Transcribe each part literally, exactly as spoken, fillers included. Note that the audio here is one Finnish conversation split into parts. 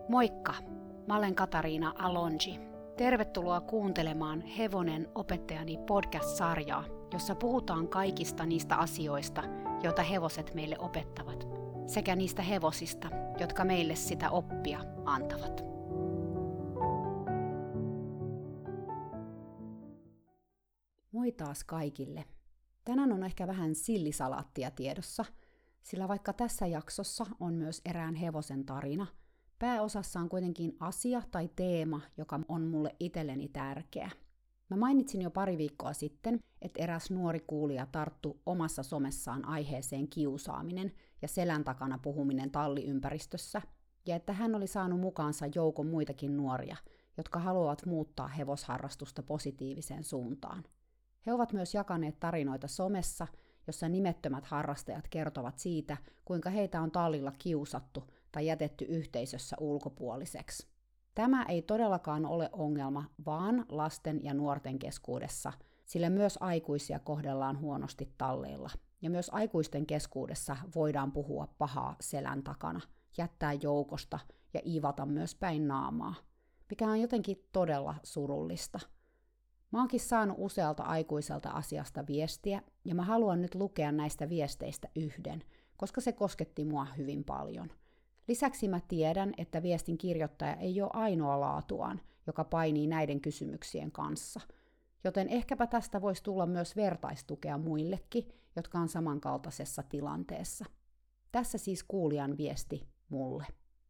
Moikka! Mä olen Katariina Alonji. Tervetuloa kuuntelemaan Hevonen opettajani podcast-sarjaa, jossa puhutaan kaikista niistä asioista, joita hevoset meille opettavat, sekä niistä hevosista, jotka meille sitä oppia antavat. Moi taas kaikille! Tänään on ehkä vähän sillisalaattia tiedossa, sillä vaikka tässä jaksossa on myös erään hevosen tarina, pääosassa on kuitenkin asia tai teema, joka on mulle itselleni tärkeä. Mä mainitsin jo pari viikkoa sitten, että eräs nuori kuulija tarttui omassa somessaan aiheeseen kiusaaminen ja selän takana puhuminen talliympäristössä, ja että hän oli saanut mukaansa joukon muitakin nuoria, jotka haluavat muuttaa hevosharrastusta positiiviseen suuntaan. He ovat myös jakaneet tarinoita somessa, jossa nimettömät harrastajat kertovat siitä, kuinka heitä on tallilla kiusattu tai jätetty yhteisössä ulkopuoliseksi. Tämä ei todellakaan ole ongelma, vaan lasten ja nuorten keskuudessa, sillä myös aikuisia kohdellaan huonosti talleilla. Ja myös aikuisten keskuudessa voidaan puhua pahaa selän takana, jättää joukosta ja ivata myös päin naamaa, mikä on jotenkin todella surullista. Mä oonkin saanut usealta aikuiselta asiasta viestiä, ja mä haluan nyt lukea näistä viesteistä yhden, koska se kosketti mua hyvin paljon. Lisäksi mä tiedän, että viestin kirjoittaja ei ole ainoa laatuaan, joka painii näiden kysymyksien kanssa. Joten ehkäpä tästä voisi tulla myös vertaistukea muillekin, jotka on samankaltaisessa tilanteessa. Tässä siis kuulijan viesti mulle.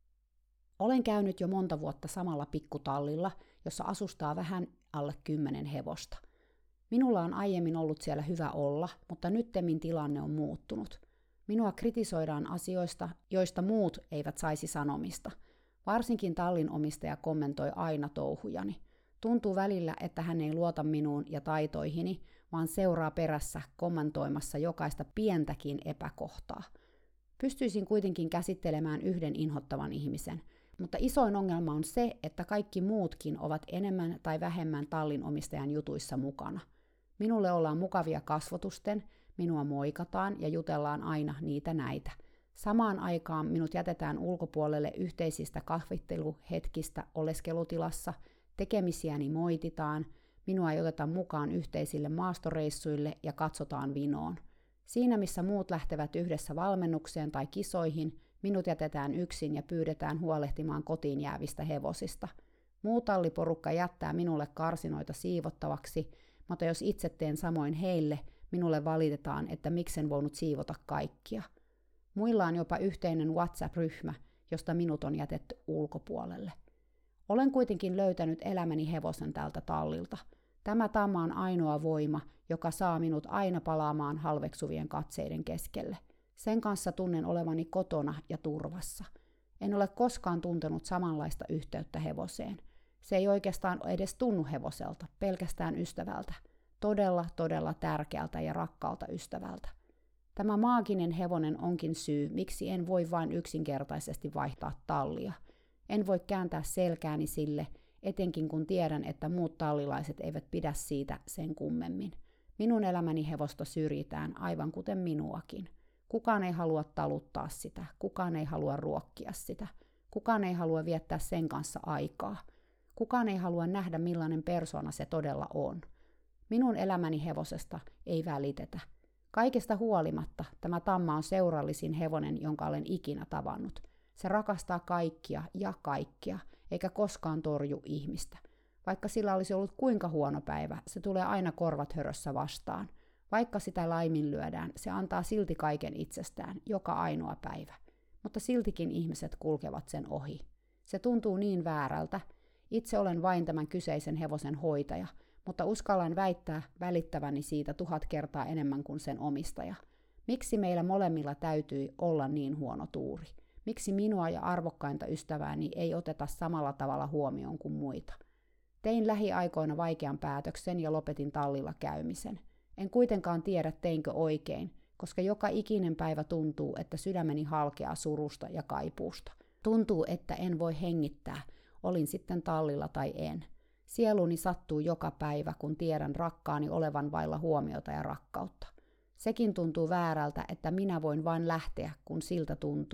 Olen käynyt jo monta vuotta samalla pikkutallilla, jossa asustaa vähän alle kymmenen hevosta. Minulla on aiemmin ollut siellä hyvä olla, mutta nyttemmin tilanne on muuttunut. Minua kritisoidaan asioista, joista muut eivät saisi sanomista. Varsinkin tallin omistaja kommentoi aina touhujani. Tuntuu välillä, että hän ei luota minuun ja taitoihini, vaan seuraa perässä kommentoimassa jokaista pientäkin epäkohtaa. Pystyisin kuitenkin käsittelemään yhden inhottavan ihmisen, mutta isoin ongelma on se, että kaikki muutkin ovat enemmän tai vähemmän tallin omistajan jutuissa mukana. Minulle ollaan mukavia kasvotusten, minua moikataan ja jutellaan aina niitä näitä. Samaan aikaan minut jätetään ulkopuolelle yhteisistä kahvitteluhetkistä oleskelutilassa, tekemisiäni moititaan, minua ei oteta mukaan yhteisille maastoreissuille ja katsotaan vinoon. Siinä missä muut lähtevät yhdessä valmennukseen tai kisoihin, minut jätetään yksin ja pyydetään huolehtimaan kotiin jäävistä hevosista. Muu talliporukka jättää minulle karsinoita siivottavaksi, mutta jos itse teen samoin heille, minulle valitetaan, että miksen voinut siivota kaikkia. Muilla on jopa yhteinen WhatsApp-ryhmä, josta minut on jätetty ulkopuolelle. Olen kuitenkin löytänyt elämäni hevosen tältä tallilta. Tämä tamma on ainoa voima, joka saa minut aina palaamaan halveksuvien katseiden keskelle. Sen kanssa tunnen olevani kotona ja turvassa. En ole koskaan tuntenut samanlaista yhteyttä hevoseen. Se ei oikeastaan edes tunnu hevoselta, pelkästään ystävältä. Todella, todella tärkeältä ja rakkaalta ystävältä. Tämä maaginen hevonen onkin syy, miksi en voi vain yksinkertaisesti vaihtaa tallia. En voi kääntää selkääni sille, etenkin kun tiedän, että muut tallilaiset eivät pidä siitä sen kummemmin. Minun elämäni hevosta syrjitään aivan kuten minuakin. Kukaan ei halua taluttaa sitä, kukaan ei halua ruokkia sitä, kukaan ei halua viettää sen kanssa aikaa. Kukaan ei halua nähdä, millainen persoona se todella on. Minun elämäni hevosesta ei välitetä. Kaikesta huolimatta tämä tamma on seurallisin hevonen, jonka olen ikinä tavannut. Se rakastaa kaikkia ja kaikkia, eikä koskaan torju ihmistä. Vaikka sillä olisi ollut kuinka huono päivä, se tulee aina korvat hörössä vastaan. Vaikka sitä laiminlyödään, se antaa silti kaiken itsestään, joka ainoa päivä. Mutta siltikin ihmiset kulkevat sen ohi. Se tuntuu niin väärältä. Itse olen vain tämän kyseisen hevosen hoitaja, mutta uskallan väittää välittäväni siitä tuhat kertaa enemmän kuin sen omistaja. Miksi meillä molemmilla täytyi olla niin huono tuuri? Miksi minua ja arvokkainta ystävääni ei oteta samalla tavalla huomioon kuin muita? Tein lähiaikoina vaikean päätöksen ja lopetin tallilla käymisen. En kuitenkaan tiedä, teinkö oikein, koska joka ikinen päivä tuntuu, että sydämeni halkeaa surusta ja kaipuusta. Tuntuu, että en voi hengittää, olin sitten tallilla tai en. Sieluni sattuu joka päivä, kun tiedän rakkaani olevan vailla huomiota ja rakkautta. Sekin tuntuu väärältä, että minä voin vain lähteä, kun siltä tuntuu,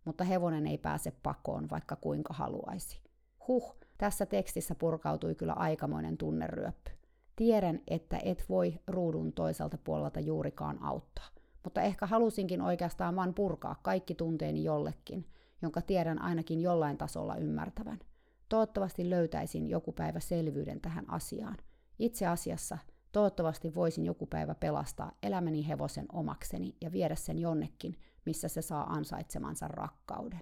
mutta hevonen ei pääse pakoon, vaikka kuinka haluaisi. Huh, tässä tekstissä purkautui kyllä aikamoinen tunneryöppy. Tiedän, että et voi ruudun toiselta puolelta juurikaan auttaa, mutta ehkä halusinkin oikeastaan vaan purkaa kaikki tunteeni jollekin, jonka tiedän ainakin jollain tasolla ymmärtävän. Toivottavasti löytäisin joku päivä selvyyden tähän asiaan. Itse asiassa toivottavasti voisin joku päivä pelastaa elämäni hevosen omakseni ja viedä sen jonnekin, missä se saa ansaitsemansa rakkauden.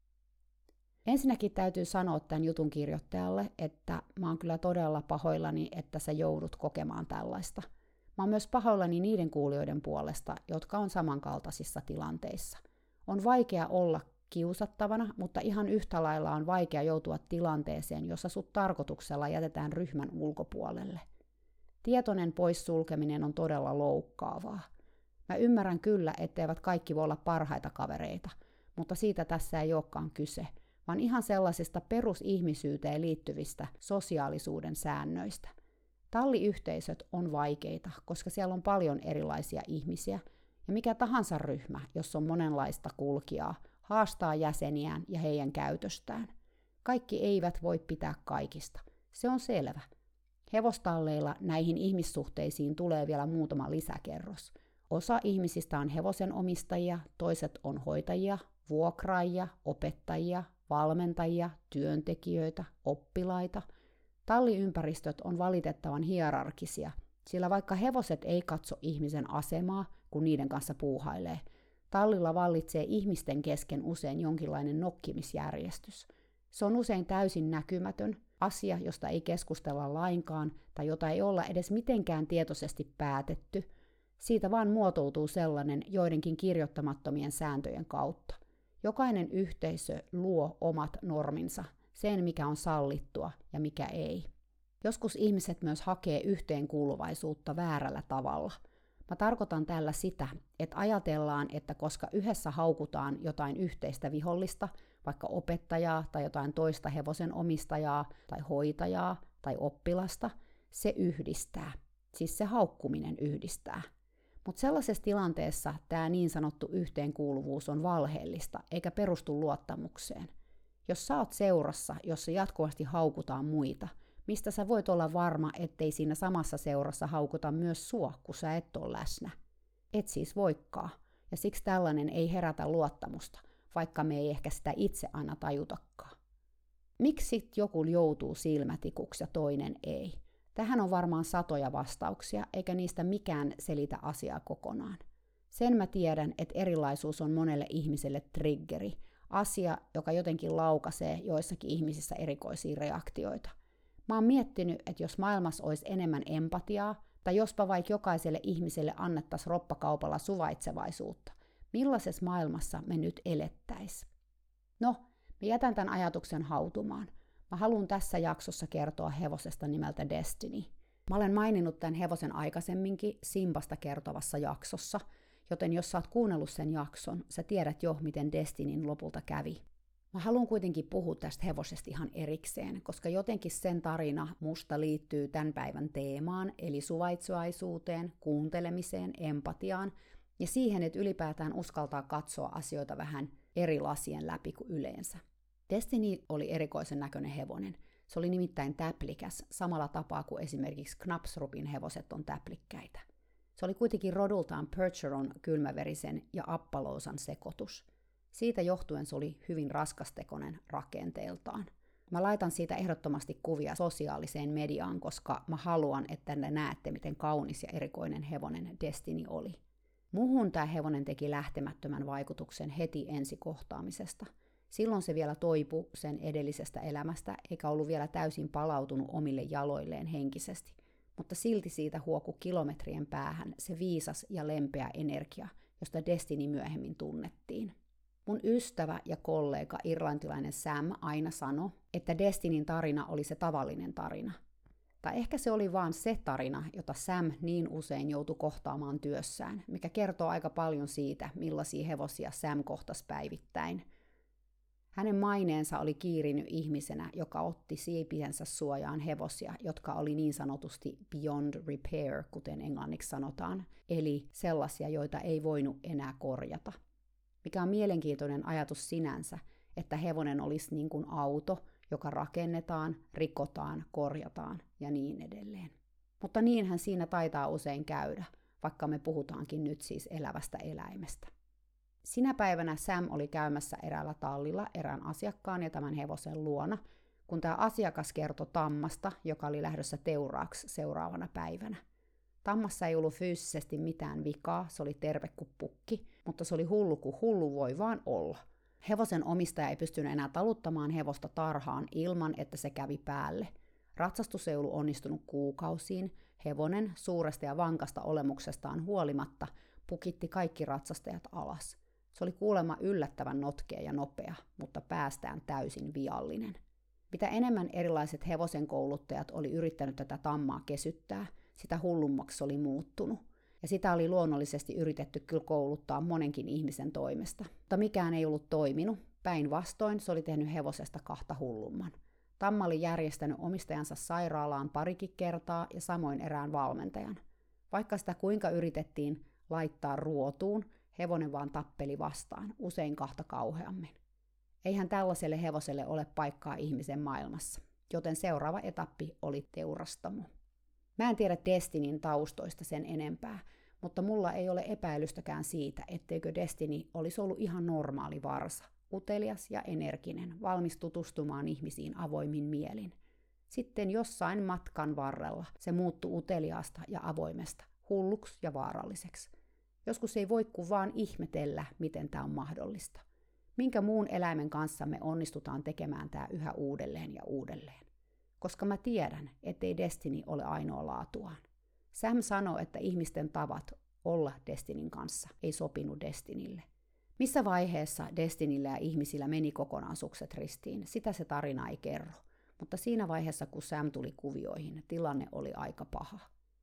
Ensinnäkin täytyy sanoa tämän jutun kirjoittajalle, että mä oon kyllä todella pahoillani, että sä joudut kokemaan tällaista. Mä oon myös pahoillani niiden kuulijoiden puolesta, jotka on samankaltaisissa tilanteissa. On vaikea olla kiusattavana, mutta ihan yhtä lailla on vaikea joutua tilanteeseen, jossa sut tarkoituksella jätetään ryhmän ulkopuolelle. Tietoinen poissulkeminen on todella loukkaavaa. Mä ymmärrän kyllä, etteivät kaikki voi olla parhaita kavereita, mutta siitä tässä ei olekaan kyse, vaan ihan sellaisista perusihmisyyteen liittyvistä sosiaalisuuden säännöistä. Talliyhteisöt on vaikeita, koska siellä on paljon erilaisia ihmisiä, ja mikä tahansa ryhmä, jossa on monenlaista kulkijaa, haastaa jäseniään ja heidän käytöstään. Kaikki eivät voi pitää kaikista, se on selvä. Hevostalleilla näihin ihmissuhteisiin tulee vielä muutama lisäkerros. Osa ihmisistä on hevosen omistajia, toiset on hoitajia, vuokraajia, opettajia, valmentajia, työntekijöitä, oppilaita. Talliympäristöt on valitettavan hierarkisia, sillä vaikka hevoset ei katso ihmisen asemaa, kun niiden kanssa puuhailee, tallilla vallitsee ihmisten kesken usein jonkinlainen nokkimisjärjestys. Se on usein täysin näkymätön, asia, josta ei keskustella lainkaan tai jota ei olla edes mitenkään tietoisesti päätetty. Siitä vaan muotoutuu sellainen joidenkin kirjoittamattomien sääntöjen kautta. Jokainen yhteisö luo omat norminsa, sen mikä on sallittua ja mikä ei. Joskus ihmiset myös hakee yhteenkuuluvaisuutta väärällä tavalla. Mä tarkoitan tällä sitä, että ajatellaan, että koska yhdessä haukutaan jotain yhteistä vihollista, vaikka opettajaa tai jotain toista hevosen omistajaa tai hoitajaa tai oppilasta, se yhdistää. Siis se haukkuminen yhdistää. Mutta sellaisessa tilanteessa tämä niin sanottu yhteenkuuluvuus on valheellista eikä perustu luottamukseen. Jos sä oot seurassa, jossa jatkuvasti haukutaan muita, mistä sä voit olla varma, ettei siinä samassa seurassa haukuta myös sua, kun sä et ole läsnä? Et siis voikaan, ja siksi tällainen ei herätä luottamusta, vaikka me ei ehkä sitä itse aina tajutakaan. Miksi joku joutuu silmätikuksi ja toinen ei? Tähän on varmaan satoja vastauksia, eikä niistä mikään selitä asiaa kokonaan. Sen mä tiedän, että erilaisuus on monelle ihmiselle triggeri, asia, joka jotenkin laukaisee joissakin ihmisissä erikoisia reaktioita. Mä oon miettinyt, että jos maailmassa olisi enemmän empatiaa, tai jospa vaikka jokaiselle ihmiselle annettaisiin roppakaupalla suvaitsevaisuutta, millaisessa maailmassa me nyt elettäisiin? No, mä jätän tämän ajatuksen hautumaan. Mä haluan tässä jaksossa kertoa hevosesta nimeltä Destiny. Mä olen maininnut tämän hevosen aikaisemminkin Simbasta kertovassa jaksossa, joten jos sä oot kuunnellut sen jakson, sä tiedät jo, miten Destinyn lopulta kävi. Mä haluan kuitenkin puhua tästä hevosesta ihan erikseen, koska jotenkin sen tarina musta liittyy tämän päivän teemaan, eli suvaitsevaisuuteen, kuuntelemiseen, empatiaan ja siihen, että ylipäätään uskaltaa katsoa asioita vähän eri lasien läpi kuin yleensä. Destiny oli erikoisen näköinen hevonen. Se oli nimittäin täplikäs, samalla tapaa kuin esimerkiksi Knapsrupin hevoset on täplikkäitä. Se oli kuitenkin rodultaan Percheron kylmäverisen ja Appalousan sekoitus. Siitä johtuen se oli hyvin raskastekoinen rakenteeltaan. Mä laitan siitä ehdottomasti kuvia sosiaaliseen mediaan, koska mä haluan, että te näette, miten kaunis ja erikoinen hevonen Destiny oli. Muhun tämä hevonen teki lähtemättömän vaikutuksen heti ensikohtaamisesta. Silloin se vielä toipui sen edellisestä elämästä, eikä ollut vielä täysin palautunut omille jaloilleen henkisesti. Mutta silti siitä huokui kilometrien päähän se viisas ja lempeä energia, josta Destiny myöhemmin tunnettiin. Mun ystävä ja kollega irlantilainen Sam aina sanoi, että Destinyn tarina oli se tavallinen tarina. Tai ehkä se oli vaan se tarina, jota Sam niin usein joutui kohtaamaan työssään, mikä kertoo aika paljon siitä, millaisia hevosia Sam kohtasi päivittäin. Hänen maineensa oli kiirinyt ihmisenä, joka otti siipiensä suojaan hevosia, jotka oli niin sanotusti beyond repair, kuten englanniksi sanotaan, eli sellaisia, joita ei voinut enää korjata. mikä on mielenkiintoinen ajatus sinänsä, että hevonen olisi niin kuin auto, joka rakennetaan, rikotaan, korjataan ja niin edelleen. Mutta niinhän siinä taitaa usein käydä, vaikka me puhutaankin nyt siis elävästä eläimestä. Sinä päivänä Sam oli käymässä eräällä tallilla erään asiakkaan ja tämän hevosen luona, kun tämä asiakas kertoi tammasta, joka oli lähdössä teuraaksi seuraavana päivänä. Tammassa ei ollut fyysisesti mitään vikaa, se oli terve kuin pukki, mutta se oli hullu kuin hullu voi vaan olla. Hevosen omistaja ei pystynyt enää taluttamaan hevosta tarhaan ilman, että se kävi päälle. Ratsastus ei ollut onnistunut kuukausiin, hevonen suuresta ja vankasta olemuksestaan huolimatta pukitti kaikki ratsastajat alas. Se oli kuulemma yllättävän notkea ja nopea, mutta päästään täysin viallinen. Mitä enemmän erilaiset hevosen kouluttajat oli yrittänyt tätä tammaa kesyttää, sitä hullummaksi se oli muuttunut. Ja sitä oli luonnollisesti yritetty kyllä kouluttaa monenkin ihmisen toimesta. Mutta mikään ei ollut toiminut. Päinvastoin se oli tehnyt hevosesta kahta hullumman. Tamma oli järjestänyt omistajansa sairaalaan parikin kertaa ja samoin erään valmentajan. Vaikka sitä kuinka yritettiin laittaa ruotuun, hevonen vaan tappeli vastaan, usein kahta kauheammin. Eihän tällaiselle hevoselle ole paikkaa ihmisen maailmassa, joten seuraava etappi oli teurastamo. Mä en tiedä Destinyn taustoista sen enempää, mutta mulla ei ole epäilystäkään siitä, etteikö Destiny olisi ollut ihan normaali varsa, utelias ja energinen, valmis tutustumaan ihmisiin avoimin mielin. Sitten jossain matkan varrella se muuttui uteliaasta ja avoimesta, hulluksi ja vaaralliseksi. Joskus ei voi kuin vaan ihmetellä, miten tämä on mahdollista. Minkä muun eläimen kanssa me onnistutaan tekemään tämä yhä uudelleen ja uudelleen. Koska mä tiedän, ettei Destiny ole ainoa laatuaan. Sam sanoi, että ihmisten tavat olla Destinyn kanssa ei sopinut Destinylle. Missä vaiheessa Destinyllä ja ihmisillä meni kokonaan sukset ristiin, sitä se tarina ei kerro. Mutta siinä vaiheessa, kun Sam tuli kuvioihin, tilanne oli aika paha.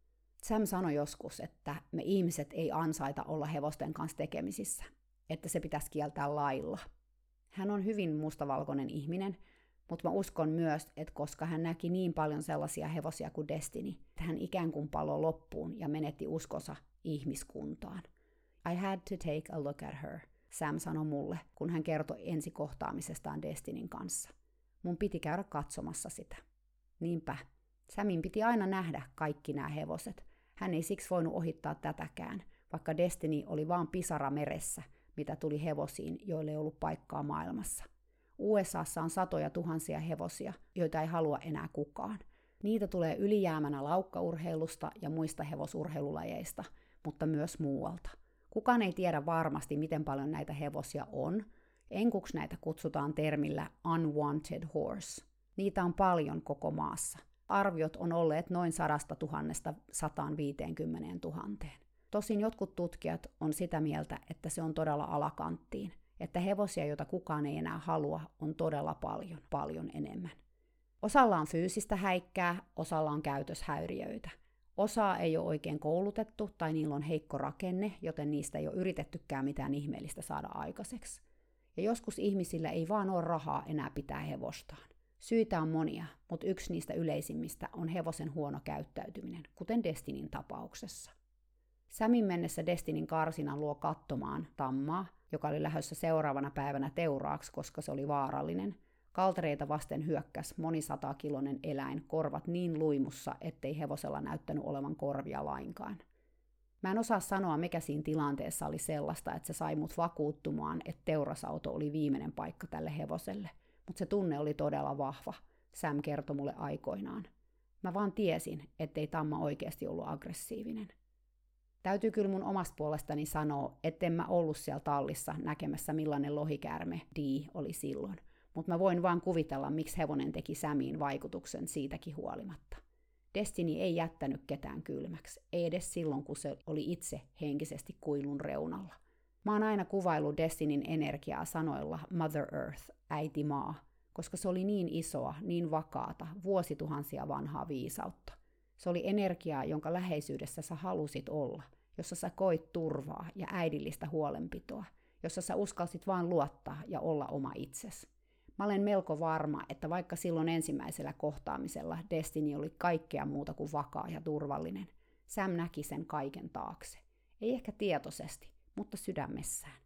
Sam sanoi joskus, että me ihmiset ei ansaita olla hevosten kanssa tekemisissä, että se pitäisi kieltää lailla. Hän on hyvin mustavalkoinen ihminen, mutta mä uskon myös, että koska hän näki niin paljon sellaisia hevosia kuin Destiny, että hän ikään kuin paloi loppuun ja menetti uskonsa ihmiskuntaan. I had to take a look at her, Sam sanoi mulle, kun hän kertoi ensikohtaamisestaan Destinyn kanssa. Mun piti käydä katsomassa sitä. Niinpä, Samin piti aina nähdä kaikki nämä hevoset. Hän ei siksi voinut ohittaa tätäkään, vaikka Destiny oli vaan pisara meressä, mitä tuli hevosiin, joille ei ollut paikkaa maailmassa. U S A:ssa on satoja tuhansia hevosia, joita ei halua enää kukaan. Niitä tulee ylijäämänä laukkaurheilusta ja muista hevosurheilulajeista, mutta myös muualta. Kukaan ei tiedä varmasti, miten paljon näitä hevosia on. Enkuksi näitä kutsutaan termillä unwanted horse. Niitä on paljon koko maassa. Arviot on olleet noin sadasta tuhannesta sataan viiteenkymmeneen tuhanteen. Tosin jotkut tutkijat on sitä mieltä, että se on todella alakanttiin, että hevosia, joita kukaan ei enää halua, on todella paljon, paljon enemmän. Osalla on fyysistä häikkää, osalla on käytöshäiriöitä. Osaa ei ole oikein koulutettu tai niillä on heikko rakenne, joten niistä ei ole yritettykään mitään ihmeellistä saada aikaiseksi. Ja joskus ihmisillä ei vaan ole rahaa enää pitää hevostaan. Syitä on monia, mutta yksi niistä yleisimmistä on hevosen huono käyttäytyminen, kuten Destinyn tapauksessa. Samin mennessä Destinyn karsinan luo katsomaan tammaa, joka oli lähdössä seuraavana päivänä teuraaksi, koska se oli vaarallinen. Kaltereita vasten hyökkäsi monisatakiloinen eläin, korvat niin luimussa, ettei hevosella näyttänyt olevan korvia lainkaan. Mä en osaa sanoa, mikä siinä tilanteessa oli sellaista, että se sai mut vakuuttumaan, että teurasauto oli viimeinen paikka tälle hevoselle. Mutta se tunne oli todella vahva, Sam kertoi mulle aikoinaan. Mä vaan tiesin, ettei tamma oikeasti ollut aggressiivinen. Täytyy kyllä mun omasta puolestani sanoa, etten mä ollut siellä tallissa näkemässä millainen lohikäärme Dee oli silloin. Mutta mä voin vaan kuvitella, miksi hevonen teki Samiin vaikutuksen siitäkin huolimatta. Destiny ei jättänyt ketään kylmäksi, ei edes silloin, kun se oli itse henkisesti kuilun reunalla. Mä oon aina kuvaillut Destinyn energiaa sanoilla Mother Earth, äiti maa, koska se oli niin isoa, niin vakaata, vuosituhansia vanhaa viisautta. Se oli energiaa, jonka läheisyydessä sä halusit olla, jossa sä koit turvaa ja äidillistä huolenpitoa, jossa sä uskalsit vaan luottaa ja olla oma itsesi. Mä olen melko varma, että vaikka silloin ensimmäisellä kohtaamisella Destiny oli kaikkea muuta kuin vakaa ja turvallinen, Sam näki sen kaiken taakse. Ei ehkä tietoisesti, mutta sydämessään.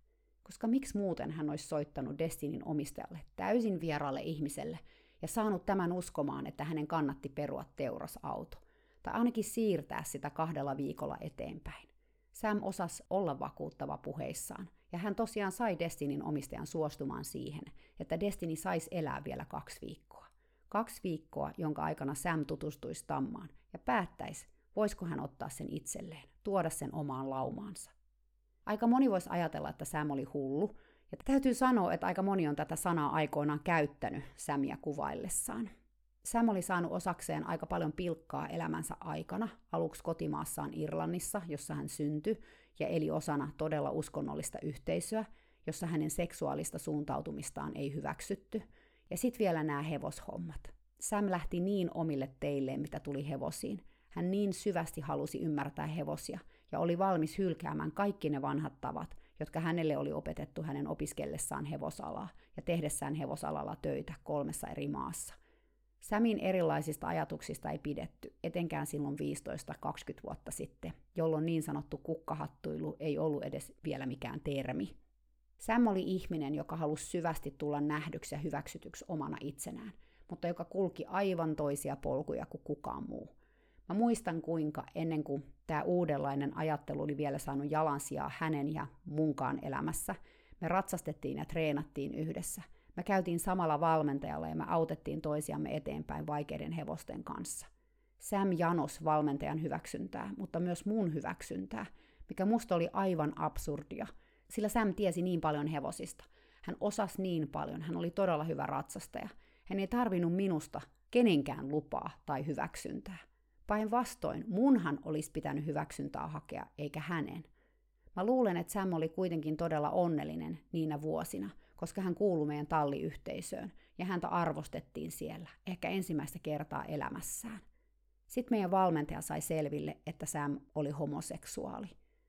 koska miksi muuten hän olisi soittanut Destinyn omistajalle, täysin vieraalle ihmiselle, ja saanut tämän uskomaan, että hänen kannatti perua teurasauto, tai ainakin siirtää sitä kahdella viikolla eteenpäin. Sam osasi olla vakuuttava puheissaan, ja hän tosiaan sai Destinyn omistajan suostumaan siihen, että Destiny saisi elää vielä kaksi viikkoa. Kaksi viikkoa, jonka aikana Sam tutustuisi Tammaan ja päättäisi, voisiko hän ottaa sen itselleen, tuoda sen omaan laumaansa. Aika moni voisi ajatella, että Sam oli hullu, ja täytyy sanoa, että aika moni on tätä sanaa aikoinaan käyttänyt Samia kuvaillessaan. Sam oli saanut osakseen aika paljon pilkkaa elämänsä aikana, aluksi kotimaassaan Irlannissa, jossa hän syntyi, ja eli osana todella uskonnollista yhteisöä, jossa hänen seksuaalista suuntautumistaan ei hyväksytty, ja sitten vielä nämä hevoshommat. Sam lähti niin omille teilleen, mitä tuli hevosiin. Hän niin syvästi halusi ymmärtää hevosia, ja oli valmis hylkäämään kaikki ne vanhat tavat, jotka hänelle oli opetettu hänen opiskellessaan hevosalaa ja tehdessään hevosalalla töitä kolmessa eri maassa. Samin erilaisista ajatuksista ei pidetty, etenkään silloin viisitoista kaksikymmentä vuotta sitten, jolloin niin sanottu kukkahattuilu ei ollut edes vielä mikään termi. Sam oli ihminen, joka halusi syvästi tulla nähdyksi ja hyväksytyksi omana itsenään, mutta joka kulki aivan toisia polkuja kuin kukaan muu. Mä muistan, kuinka ennen kuin tämä uudenlainen ajattelu oli vielä saanut jalansijaa hänen ja munkaan elämässä, me ratsastettiin ja treenattiin yhdessä. Me käytiin samalla valmentajalla ja me autettiin toisiamme eteenpäin vaikeiden hevosten kanssa. Sam janos valmentajan hyväksyntää, mutta myös mun hyväksyntää, mikä musta oli aivan absurdia, sillä Sam tiesi niin paljon hevosista. Hän osasi niin paljon, hän oli todella hyvä ratsastaja. Hän ei tarvinnut minusta kenenkään lupaa tai hyväksyntää. Päinvastoin munhan olisi pitänyt hyväksyntää hakea, eikä hänen. Mä luulen, että Sam oli kuitenkin todella onnellinen niinä vuosina, koska hän kuului meidän talliyhteisöön, ja häntä arvostettiin siellä, ehkä ensimmäistä kertaa elämässään. Sitten meidän valmentaja sai selville, että Sam oli homoseksuaali.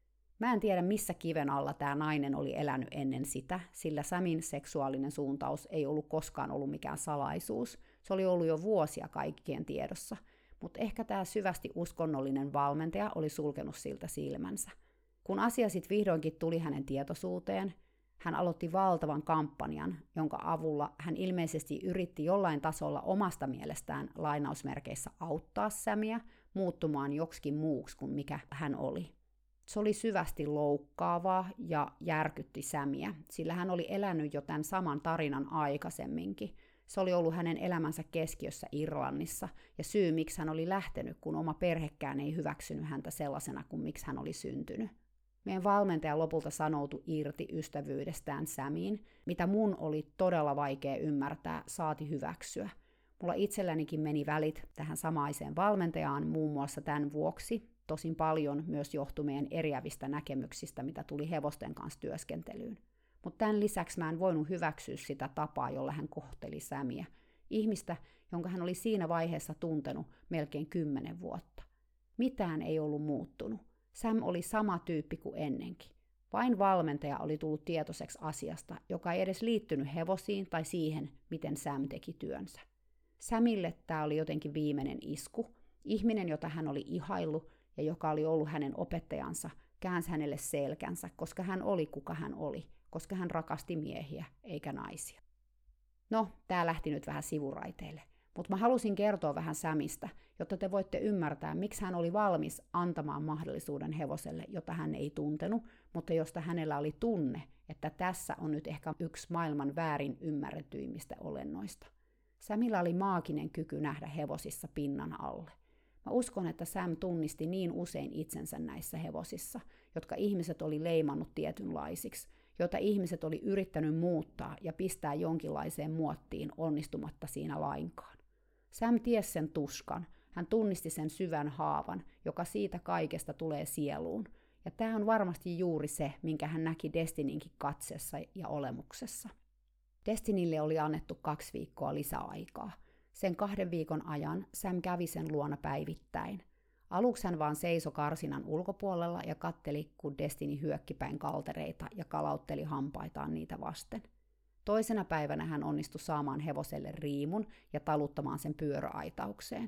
Mä en tiedä, missä kiven alla tämä nainen oli elänyt ennen sitä, sillä Samin seksuaalinen suuntaus ei ollut koskaan ollut mikään salaisuus. Se oli ollut jo vuosia kaikkien tiedossa, mutta ehkä tämä syvästi uskonnollinen valmentaja oli sulkenut siltä silmänsä. Kun asia sitten vihdoinkin tuli hänen tietoisuuteen, hän aloitti valtavan kampanjan, jonka avulla hän ilmeisesti yritti jollain tasolla omasta mielestään lainausmerkeissä auttaa Samia muuttumaan joksikin muuksi kuin mikä hän oli. Se oli syvästi loukkaavaa ja järkytti Samia, sillä hän oli elänyt jo tämän saman tarinan aikaisemminkin. Se oli ollut hänen elämänsä keskiössä Irlannissa, ja syy miksi hän oli lähtenyt, kun oma perhekään ei hyväksynyt häntä sellaisena kuin miksi hän oli syntynyt. Meidän valmentaja lopulta sanoutui irti ystävyydestään Samiin, mitä mun oli todella vaikea ymmärtää, saati hyväksyä. Mulla itsellänikin meni välit tähän samaiseen valmentajaan muun muassa tämän vuoksi, tosin paljon myös johtui meidän eriävistä näkemyksistä, mitä tuli hevosten kanssa työskentelyyn. Mutta tämän lisäksi mä en voinut hyväksyä sitä tapaa, jolla hän kohteli Samia, ihmistä, jonka hän oli siinä vaiheessa tuntenut melkein kymmenen vuotta. Mitään ei ollut muuttunut. Sam oli sama tyyppi kuin ennenkin. Vain valmentaja oli tullut tietoiseksi asiasta, joka ei edes liittynyt hevosiin tai siihen, miten Sam teki työnsä. Samille tämä oli jotenkin viimeinen isku. Ihminen, jota hän oli ihaillut ja joka oli ollut hänen opettajansa, käänsi hänelle selkänsä, koska hän oli kuka hän oli, koska hän rakasti miehiä eikä naisia. No, tää lähti nyt vähän sivuraiteille, mutta mä halusin kertoa vähän Samista, jotta te voitte ymmärtää, miksi hän oli valmis antamaan mahdollisuuden hevoselle, jota hän ei tuntenut, mutta josta hänellä oli tunne, että tässä on nyt ehkä yksi maailman väärin ymmärretyimmistä olennoista. Samilla oli maaginen kyky nähdä hevosissa pinnan alle. Mä uskon, että Sam tunnisti niin usein itsensä näissä hevosissa, jotka ihmiset oli leimannut tietynlaisiksi, joita ihmiset oli yrittänyt muuttaa ja pistää jonkinlaiseen muottiin onnistumatta siinä lainkaan. Sam tiesi sen tuskan, hän tunnisti sen syvän haavan, joka siitä kaikesta tulee sieluun, ja tämä on varmasti juuri se, minkä hän näki Destinynkin katseessa ja olemuksessa. Destinylle oli annettu kaksi viikkoa lisäaikaa. Sen kahden viikon ajan Sam kävi sen luona päivittäin. Aluksi hän vaan seisoi karsinan ulkopuolella ja katteli, kun Destiny hyökki päin kaltereita ja kalautteli hampaitaan niitä vasten. Toisena päivänä hän onnistui saamaan hevoselle riimun ja taluttamaan sen pyöräaitaukseen.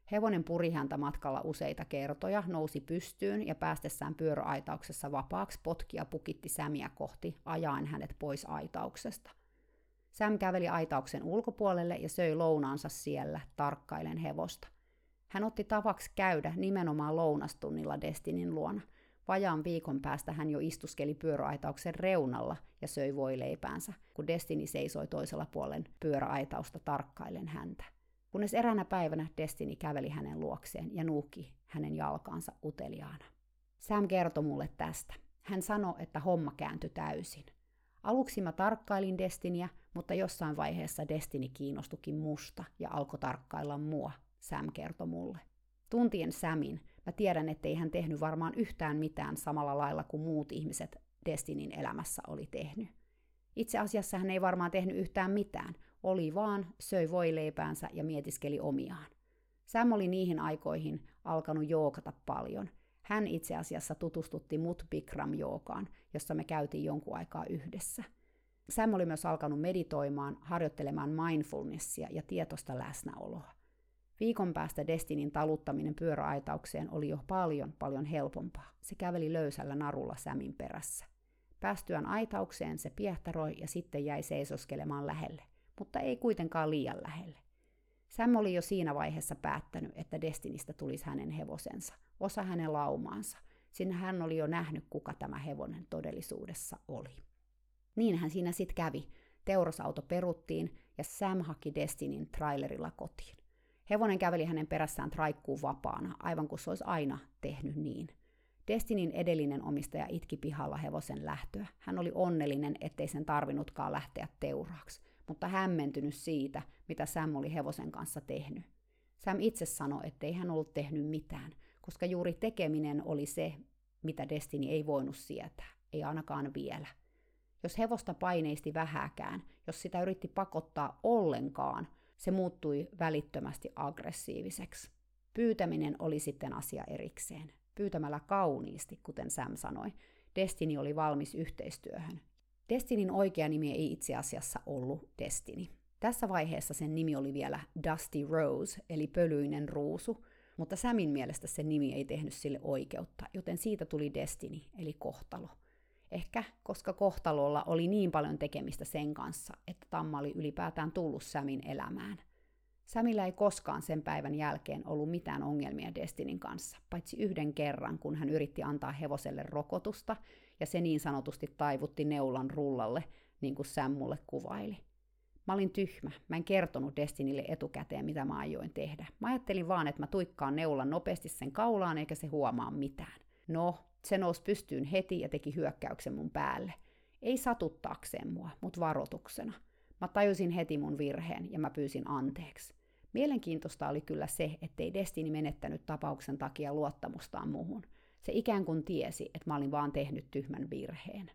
Hevonen puri häntä matkalla useita kertoja, nousi pystyyn ja päästessään pyöräaitauksessa vapaaksi potki ja pukitti Samia kohti, ajaen hänet pois aitauksesta. Sam käveli aitauksen ulkopuolelle ja söi lounaansa siellä, tarkkailen hevosta. Hän otti tavaksi käydä nimenomaan lounastunnilla Destinyn luona. Vajaan viikon päästä hän jo istuskeli pyöräaitauksen reunalla ja söi voileipäänsä, kun Destiny seisoi toisella puolen pyöräaitausta tarkkailen häntä. Kunnes eräänä päivänä Destiny käveli hänen luokseen ja nuuki hänen jalkaansa uteliaana. Sam kertoi mulle tästä. Hän sanoi, että homma kääntyi täysin. Aluksi mä tarkkailin Destinyä, mutta jossain vaiheessa Destiny kiinnostukin musta ja alkoi tarkkailla mua, Sam kertoi mulle. Tuntien Samin, mä tiedän, ettei hän tehnyt varmaan yhtään mitään samalla lailla kuin muut ihmiset Destinyn elämässä oli tehnyt. Itse asiassa hän ei varmaan tehnyt yhtään mitään, oli vaan, söi voileipäänsä ja mietiskeli omiaan. Sam oli niihin aikoihin alkanut jookata paljon. Hän itse asiassa tutustutti mut Bikram-joogaan, jossa me käytiin jonkun aikaa yhdessä. Sam oli myös alkanut meditoimaan, harjoittelemaan mindfulnessia ja tietoista läsnäoloa. Viikon päästä Destinyn taluttaminen pyöräaitaukseen oli jo paljon, paljon helpompaa. Se käveli löysällä narulla Samin perässä. Päästyään aitaukseen se piehtaroi ja sitten jäi seisoskelemaan lähelle, mutta ei kuitenkaan liian lähelle. Sam oli jo siinä vaiheessa päättänyt, että Destinystä tulisi hänen hevosensa, osa hänen laumaansa, sillä hän oli jo nähnyt, kuka tämä hevonen todellisuudessa oli. Niinhän siinä sitten kävi. Teurasauto peruttiin ja Sam haki Destinyn trailerilla kotiin. Hevonen käveli hänen perässään traikkuun vapaana, aivan kuin se olisi aina tehnyt niin. Destinyn edellinen omistaja itki pihalla hevosen lähtöä. Hän oli onnellinen, ettei sen tarvinnutkaan lähteä teuraaksi, mutta hämmentynyt siitä, mitä Sam oli hevosen kanssa tehnyt. Sam itse sanoi, ettei hän ollut tehnyt mitään, koska juuri tekeminen oli se, mitä Destiny ei voinut sietää, ei ainakaan vielä. Jos hevosta paineisti vähäkään, jos sitä yritti pakottaa ollenkaan, se muuttui välittömästi aggressiiviseksi. Pyytäminen oli sitten asia erikseen. Pyytämällä kauniisti, kuten Sam sanoi, Destiny oli valmis yhteistyöhön. Destinyn oikea nimi ei itse asiassa ollut Destiny. Tässä vaiheessa sen nimi oli vielä Dusty Rose, eli pölyinen ruusu, mutta Samin mielestä sen nimi ei tehnyt sille oikeutta, joten siitä tuli Destiny, eli kohtalo. Ehkä koska kohtalolla oli niin paljon tekemistä sen kanssa, että Tamma oli ylipäätään tullut Samin elämään. Samilla ei koskaan sen päivän jälkeen ollut mitään ongelmia Destinyn kanssa, paitsi yhden kerran, kun hän yritti antaa hevoselle rokotusta, ja se niin sanotusti taivutti neulan rullalle, niin kuin Sam mulle kuvaili. Mä olin tyhmä, mä en kertonut Destinylle etukäteen, mitä mä aioin tehdä. Mä ajattelin vaan, että mä tuikkaan neulan nopeasti sen kaulaan, eikä se huomaa mitään. No, se nousi pystyyn heti ja teki hyökkäyksen mun päälle. Ei satuttaakseen mua, mut varoituksena. Mä tajusin heti mun virheen ja mä pyysin anteeksi. Mielenkiintoista oli kyllä se, ettei Destiny menettänyt tapauksen takia luottamustaan muhun. Se ikään kuin tiesi, että mä olin vaan tehnyt tyhmän virheen.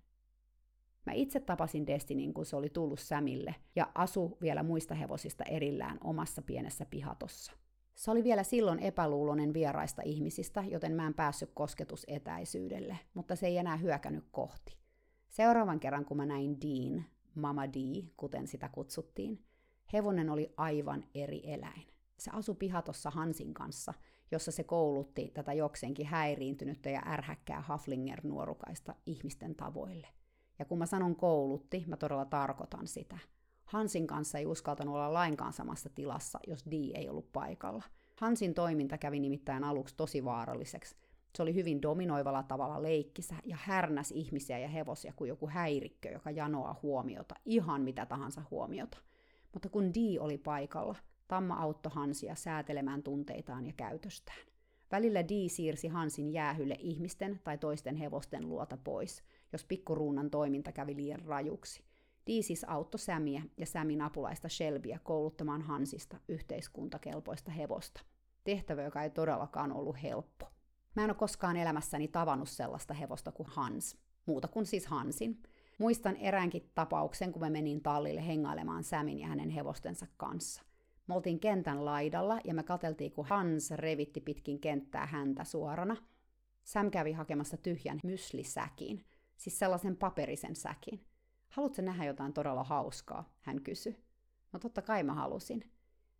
Mä itse tapasin Destinyn, kun se oli tullut Samille ja asu vielä muista hevosista erillään omassa pienessä pihatossa. Se oli vielä silloin epäluuloinen vieraista ihmisistä, joten mä en päässyt kosketusetäisyydelle, mutta se ei enää hyökännyt kohti. Seuraavan kerran, kun mä näin Dean, Mama D, kuten sitä kutsuttiin, hevonen oli aivan eri eläin. Se asui pihatossa Hansin kanssa, jossa se koulutti tätä jokseenkin häiriintynyttä ja ärhäkkää Haflinger-nuorukaista ihmisten tavoille. Ja kun mä sanon koulutti, mä todella tarkoitan sitä. Hansin kanssa ei uskaltanut olla lainkaan samassa tilassa, jos Dee ei ollut paikalla. Hansin toiminta kävi nimittäin aluksi tosi vaaralliseksi. Se oli hyvin dominoivalla tavalla leikkisä ja härnäs ihmisiä ja hevosia kuin joku häirikkö, joka janoaa huomiota, ihan mitä tahansa huomiota. Mutta kun Dee oli paikalla, Tamma auttoi Hansia säätelemään tunteitaan ja käytöstään. Välillä Dee siirsi Hansin jäähylle ihmisten tai toisten hevosten luota pois, jos pikkuruunan toiminta kävi liian rajuksi. Dee siis auttoi Samia ja Samin apulaista Shelbyä kouluttamaan Hansista yhteiskuntakelpoista hevosta. Tehtävä, joka ei todellakaan ollut helppo. Mä en ole koskaan elämässäni tavannut sellaista hevosta kuin Hans, muuta kuin siis Hansin. Muistan eräänkin tapauksen, kun mä menin tallille hengailemaan Samin ja hänen hevostensa kanssa. Me oltiin kentän laidalla ja me katseltiin, kun Hans revitti pitkin kenttää häntä suorana. Sam kävi hakemassa tyhjän myslisäkin, siis sellaisen paperisen säkin. Haluatko nähdä jotain todella hauskaa? Hän kysyi. No totta kai mä halusin.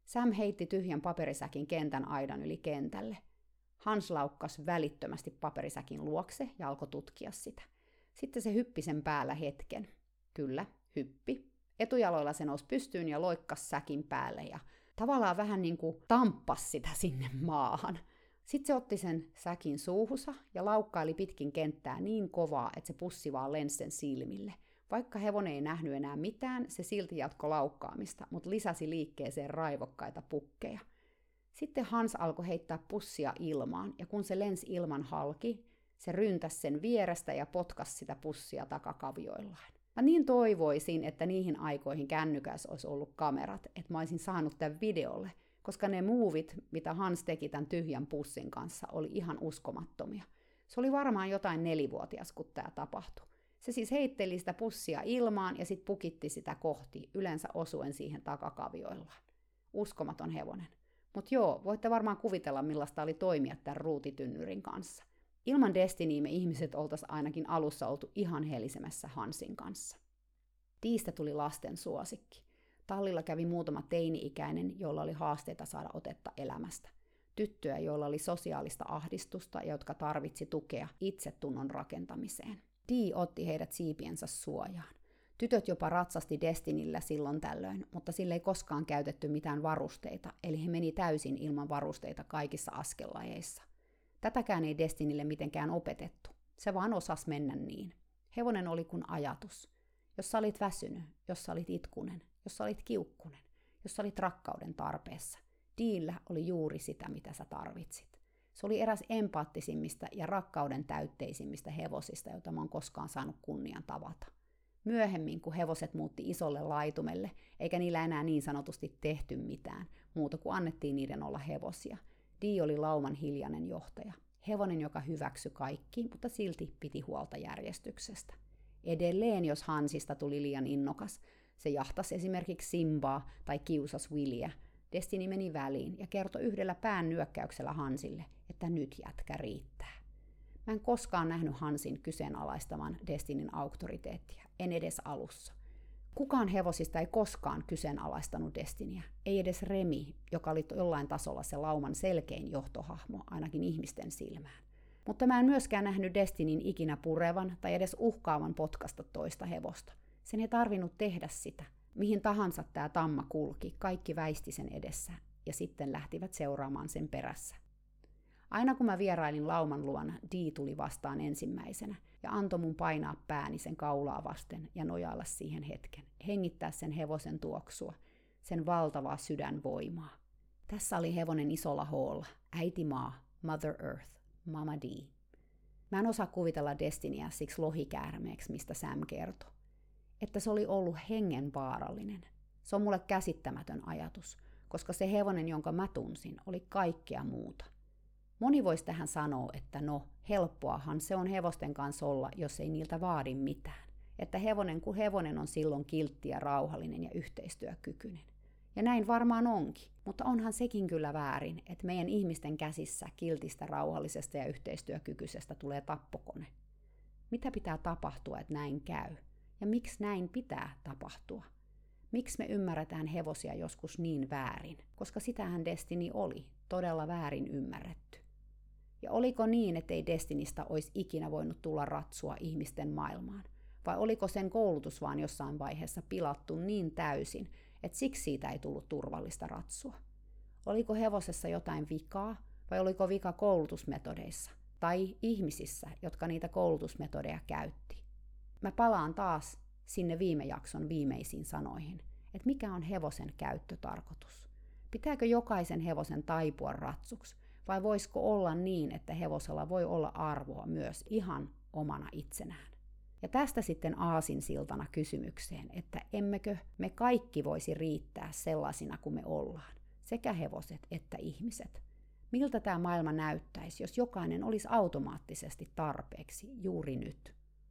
Sam heitti tyhjän paperisäkin kentän aidan yli kentälle. Hans laukkas välittömästi paperisäkin luokse ja alkoi tutkia sitä. Sitten se hyppi sen päällä hetken. Kyllä, hyppi. Etujaloilla se nousi pystyyn ja loikkas säkin päälle ja tavallaan vähän niin kuin tamppas sitä sinne maahan. Sitten se otti sen säkin suuhunsa ja laukkaili pitkin kenttää niin kovaa, että se pussi vaan lensi sen silmille. Vaikka hevonen ei nähnyt enää mitään, se silti jatkoi laukkaamista, mutta lisäsi liikkeeseen raivokkaita pukkeja. Sitten Hans alkoi heittää pussia ilmaan, ja kun se lensi ilman halki, se ryntäsi sen vierestä ja potkasi sitä pussia takakavioillaan. Mä niin toivoisin, että niihin aikoihin kännykäs olisi ollut kamerat, että mä olisin saanut tämän videolle, koska ne muuvit, mitä Hans teki tämän tyhjän pussin kanssa, oli ihan uskomattomia. Se oli varmaan jotain nelivuotias, kun tämä tapahtui. Se siis heitteli sitä pussia ilmaan ja sitten pukitti sitä kohti, yleensä osuen siihen takakavioillaan. Uskomaton hevonen. Mutta joo, voitte varmaan kuvitella, millaista oli toimia tämän ruutitynnyrin kanssa. Ilman Destinyä me ihmiset oltaisiin ainakin alussa oltu ihan helisemässä Hansin kanssa. Deestä tuli lasten suosikki. Tallilla kävi muutama teini-ikäinen, jolla oli haasteita saada otetta elämästä. Tyttöjä, joilla oli sosiaalista ahdistusta ja jotka tarvitsi tukea itsetunnon rakentamiseen. Dee otti heidät siipiensä suojaan. Tytöt jopa ratsasti Destinyllä silloin tällöin, mutta sille ei koskaan käytetty mitään varusteita, eli he meni täysin ilman varusteita kaikissa askellajeissa. Tätäkään ei Destinylle mitenkään opetettu. Se vaan osasi mennä niin. Hevonen oli kuin ajatus. Jos sä olit väsynyt, jos sä olit itkunen, jos sä olit kiukkunen, jos sä olit rakkauden tarpeessa, Deellä oli juuri sitä, mitä sä tarvitsit. Se oli eräs empaattisimmista ja rakkauden täytteisimmistä hevosista, joita mä oon koskaan saanut kunnian tavata. Myöhemmin, kun hevoset muutti isolle laitumelle, eikä niillä enää niin sanotusti tehty mitään, muuta kuin annettiin niiden olla hevosia, Dee oli lauman hiljainen johtaja. Hevonen, joka hyväksyi kaikki, mutta silti piti huolta järjestyksestä. Edelleen, jos Hansista tuli liian innokas, se jahtasi esimerkiksi Simbaa tai kiusasi Willyä. Destiny meni väliin ja kertoi yhdellä pään nyökkäyksellä Hansille, että nyt jätkä riittää. Mä en koskaan nähnyt Hansin kyseenalaistaman Destinyn auktoriteettia, en edes alussa. Kukaan hevosista ei koskaan kyseenalaistanut Destinyä, ei edes Remi, joka oli jollain tasolla se lauman selkein johtohahmo, ainakin ihmisten silmään. Mutta mä en myöskään nähnyt Destinyn ikinä purevan tai edes uhkaavan potkasta toista hevosta. Sen ei tarvinnut tehdä sitä. Mihin tahansa tämä tamma kulki, kaikki väisti sen edessä ja sitten lähtivät seuraamaan sen perässä. Aina kun mä vierailin lauman luona, Dee tuli vastaan ensimmäisenä ja antoi mun painaa pääni sen kaulaa vasten ja nojailla siihen hetken, hengittää sen hevosen tuoksua, sen valtavaa sydänvoimaa. Tässä oli hevonen isolla hoolla, äiti maa, Mother Earth, Mama Dee. Mä en osaa kuvitella Destinyä siksi lohikäärmeeksi, mistä Sam kertoi. Että se oli ollut hengenvaarallinen. Se on mulle käsittämätön ajatus, koska se hevonen, jonka mä tunsin, oli kaikkea muuta. Moni voisi tähän sanoa, että no, helppoahan se on hevosten kanssa olla, jos ei niiltä vaadi mitään. Että hevonen kuin hevonen on silloin kiltti ja rauhallinen ja yhteistyökykyinen. Ja näin varmaan onkin, mutta onhan sekin kyllä väärin, että meidän ihmisten käsissä kiltistä, rauhallisesta ja yhteistyökykyisestä tulee tappokone. Mitä pitää tapahtua, että näin käy? Ja miksi näin pitää tapahtua? Miksi me ymmärretään hevosia joskus niin väärin? Koska sitähän Destiny oli, todella väärin ymmärretty. Ja oliko niin, ettei Destinystä olisi ikinä voinut tulla ratsua ihmisten maailmaan? Vai oliko sen koulutus vaan jossain vaiheessa pilattu niin täysin, että siksi siitä ei tullut turvallista ratsua? Oliko hevosessa jotain vikaa, vai oliko vika koulutusmetodeissa? Tai ihmisissä, jotka niitä koulutusmetodeja käytti? Mä palaan taas sinne viime jakson viimeisiin sanoihin, että mikä on hevosen käyttötarkoitus? Pitääkö jokaisen hevosen taipua ratsuksi, vai voisiko olla niin, että hevosella voi olla arvoa myös ihan omana itsenään? Ja tästä sitten aasinsiltana kysymykseen, että emmekö me kaikki voisi riittää sellaisina kuin me ollaan, sekä hevoset että ihmiset? Miltä tämä maailma näyttäisi, jos jokainen olisi automaattisesti tarpeeksi juuri nyt?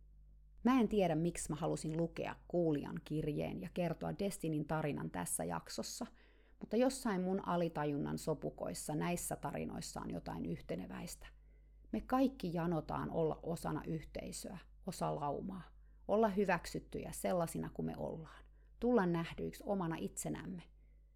Mä en tiedä, miksi mä halusin lukea kuulijan kirjeen ja kertoa Destinyn tarinan tässä jaksossa, mutta jossain mun alitajunnan sopukoissa näissä tarinoissa on jotain yhteneväistä. Me kaikki janotaan olla osana yhteisöä, osa laumaa, olla hyväksyttyjä sellaisina kuin me ollaan, tulla nähdyiksi omana itsenämme.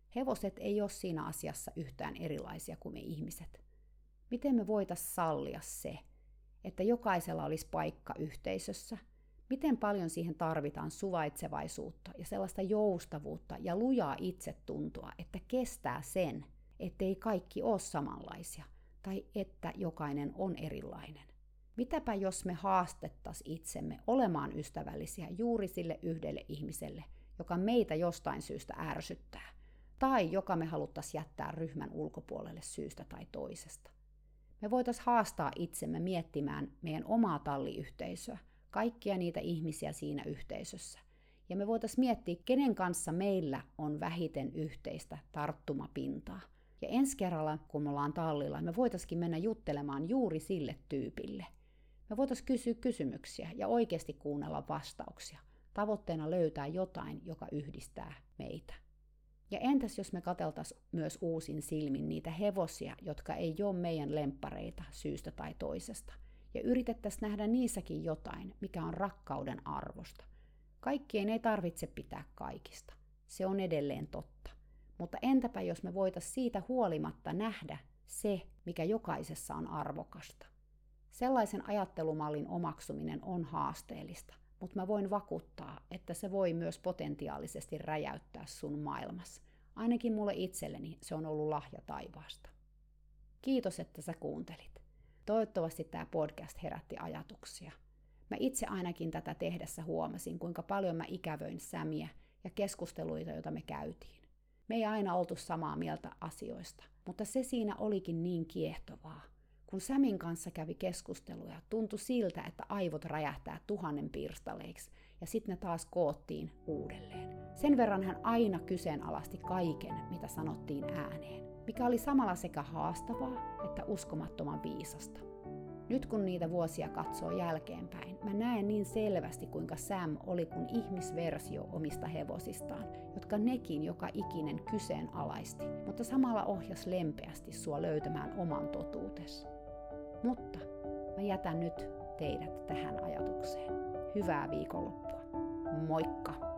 Hevoset ei ole siinä asiassa yhtään erilaisia kuin me ihmiset. Miten me voitaisiin sallia se, että jokaisella olisi paikka yhteisössä? Miten paljon siihen tarvitaan suvaitsevaisuutta ja sellaista joustavuutta ja lujaa itsetuntoa, että kestää sen, ettei kaikki ole samanlaisia tai että jokainen on erilainen. Mitäpä jos me haastettaisiin itsemme olemaan ystävällisiä juuri sille yhdelle ihmiselle, joka meitä jostain syystä ärsyttää, tai joka me haluttaisiin jättää ryhmän ulkopuolelle syystä tai toisesta. Me voitaisiin haastaa itsemme miettimään meidän omaa talliyhteisöä, kaikkia niitä ihmisiä siinä yhteisössä. Ja me voitaisiin miettiä, kenen kanssa meillä on vähiten yhteistä tarttumapintaa. Ja ensi kerralla, kun me ollaan tallilla, me voitaisiin mennä juttelemaan juuri sille tyypille. Me voitaisiin kysyä kysymyksiä ja oikeasti kuunnella vastauksia. Tavoitteena löytää jotain, joka yhdistää meitä. Ja entäs jos me katseltaisiin myös uusin silmin niitä hevosia, jotka ei ole meidän lemppareita syystä tai toisesta. Ja yritettäisiin nähdä niissäkin jotain, mikä on rakkauden arvosta. Kaikkien ei tarvitse pitää kaikista. Se on edelleen totta. Mutta entäpä jos me voitaisiin siitä huolimatta nähdä se, mikä jokaisessa on arvokasta. Sellaisen ajattelumallin omaksuminen on haasteellista, mutta mä voin vakuuttaa, että se voi myös potentiaalisesti räjäyttää sun maailmassa. Ainakin mulle itselleni se on ollut lahja taivaasta. Kiitos, että sä kuuntelit. Toivottavasti tämä podcast herätti ajatuksia. Mä itse ainakin tätä tehdessä huomasin, kuinka paljon mä ikävöin Sämiä ja keskusteluita, joita me käytiin. Me ei aina oltu samaa mieltä asioista, mutta se siinä olikin niin kiehtovaa. Kun Sämin kanssa kävi keskusteluja, tuntui siltä, että aivot räjähtää tuhannen pirstaleiksi, ja sitten ne taas koottiin uudelleen. Sen verran hän aina kyseenalaisti kaiken, mitä sanottiin ääneen, mikä oli samalla sekä haastavaa että uskomattoman viisasta. Nyt kun niitä vuosia katsoo jälkeenpäin, mä näen niin selvästi, kuinka Sam oli kuin ihmisversio omista hevosistaan, jotka nekin joka ikinen kyseenalaisti, mutta samalla ohjas lempeästi sua löytämään oman totuutesi. Mutta mä jätän nyt teidät tähän ajatukseen. Hyvää viikonloppua. Moikka!